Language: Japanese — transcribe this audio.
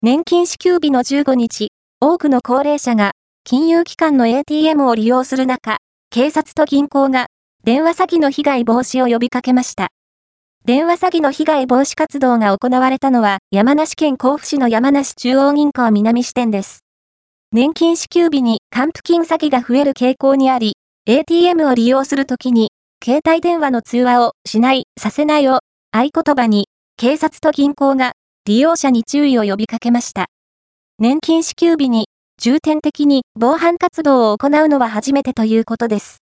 年金支給日の15日、多くの高齢者が金融機関の ATM を利用する中、警察と銀行が電話詐欺の被害防止を呼びかけました。電話詐欺の被害防止活動が行われたのは山梨県甲府市の山梨中央銀行南支店です。年金支給日に還付金詐欺が増える傾向にあり、ATM を利用するときに、携帯電話の通話をしない、させないを合言葉に、警察と銀行が利用者に注意を呼びかけました。年金支給日に重点的に防犯活動を行うのは初めてということです。